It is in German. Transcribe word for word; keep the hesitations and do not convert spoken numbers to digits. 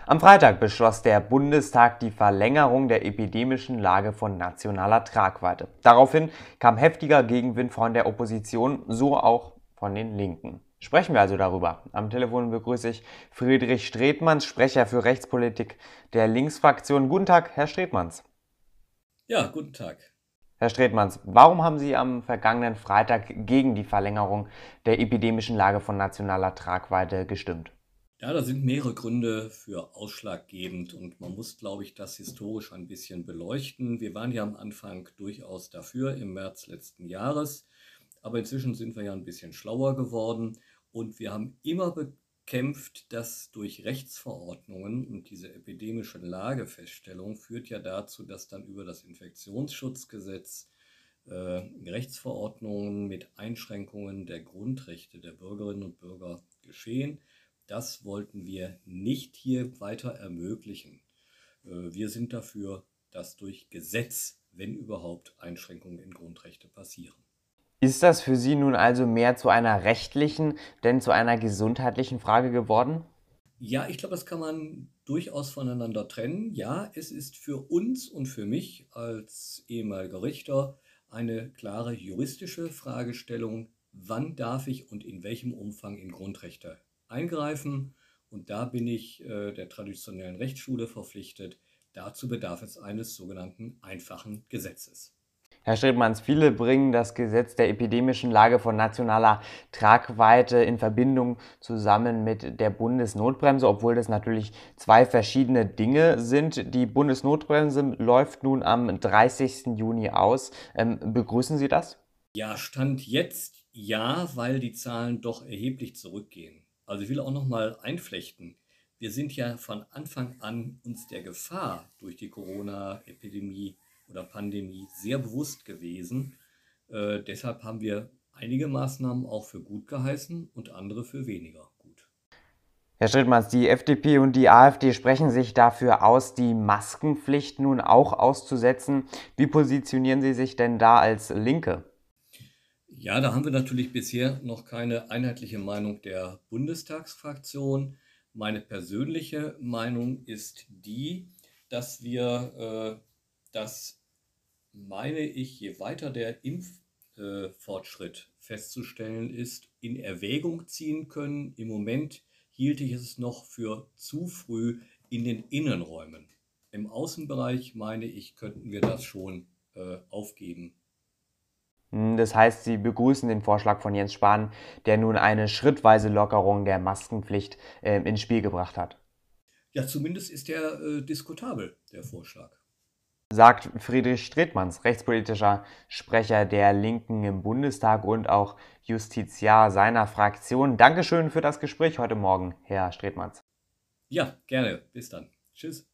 Am Freitag beschloss der Bundestag die Verlängerung der epidemischen Lage von nationaler Tragweite. Daraufhin kam heftiger Gegenwind von der Opposition, so auch von den Linken. Sprechen wir also darüber. Am Telefon begrüße ich Friedrich Stretmanns, Sprecher für Rechtspolitik der Linksfraktion. Guten Tag, Herr Stretmanns. Ja, guten Tag. Herr Stretmanns, warum haben Sie am vergangenen Freitag gegen die Verlängerung der epidemischen Lage von nationaler Tragweite gestimmt? Ja, da sind mehrere Gründe für ausschlaggebend und man muss, glaube ich, das historisch ein bisschen beleuchten. Wir waren ja am Anfang durchaus dafür im März letzten Jahres, aber inzwischen sind wir ja ein bisschen schlauer geworden und wir haben immer bekämpft, dass durch Rechtsverordnungen und diese epidemische Lagefeststellung führt ja dazu, dass dann über das Infektionsschutzgesetz äh, Rechtsverordnungen mit Einschränkungen der Grundrechte der Bürgerinnen und Bürger geschehen. Das wollten wir nicht hier weiter ermöglichen. Wir sind dafür, dass durch Gesetz, wenn überhaupt, Einschränkungen in Grundrechte passieren. Ist das für Sie nun also mehr zu einer rechtlichen, denn zu einer gesundheitlichen Frage geworden? Ja, ich glaube, das kann man durchaus voneinander trennen. Ja, es ist für uns und für mich als ehemaliger Richter eine klare juristische Fragestellung, wann darf ich und in welchem Umfang in Grundrechte eingreifen. Und da bin ich äh, der traditionellen Rechtsschule verpflichtet. Dazu bedarf es eines sogenannten einfachen Gesetzes. Herr Stretmanns, viele bringen das Gesetz der epidemischen Lage von nationaler Tragweite in Verbindung zusammen mit der Bundesnotbremse, obwohl das natürlich zwei verschiedene Dinge sind. Die Bundesnotbremse läuft nun am dreißigsten Juni aus. Ähm, begrüßen Sie das? Ja, Stand jetzt ja, weil die Zahlen doch erheblich zurückgehen. Also ich will auch noch mal einflechten. Wir sind ja von Anfang an uns der Gefahr durch die Corona-Epidemie oder Pandemie sehr bewusst gewesen. Äh, deshalb haben wir einige Maßnahmen auch für gut geheißen und andere für weniger gut. Herr Stretmanns, die F D P und die AfD sprechen sich dafür aus, die Maskenpflicht nun auch auszusetzen. Wie positionieren Sie sich denn da als Linke? Ja, da haben wir natürlich bisher noch keine einheitliche Meinung der Bundestagsfraktion. Meine persönliche Meinung ist die, dass wir äh, das, meine ich, je weiter der Impffortschritt äh, festzustellen ist, in Erwägung ziehen können. Im Moment hielt ich es noch für zu früh in den Innenräumen. Im Außenbereich, meine ich, könnten wir das schon äh, aufgeben. Das heißt, Sie begrüßen den Vorschlag von Jens Spahn, der nun eine schrittweise Lockerung der Maskenpflicht äh, ins Spiel gebracht hat. Ja, zumindest ist der äh, diskutabel, der Vorschlag. Sagt Friedrich Stretmanns, rechtspolitischer Sprecher der Linken im Bundestag und auch Justiziar seiner Fraktion. Dankeschön für das Gespräch heute Morgen, Herr Stretmanns. Ja, gerne. Bis dann. Tschüss.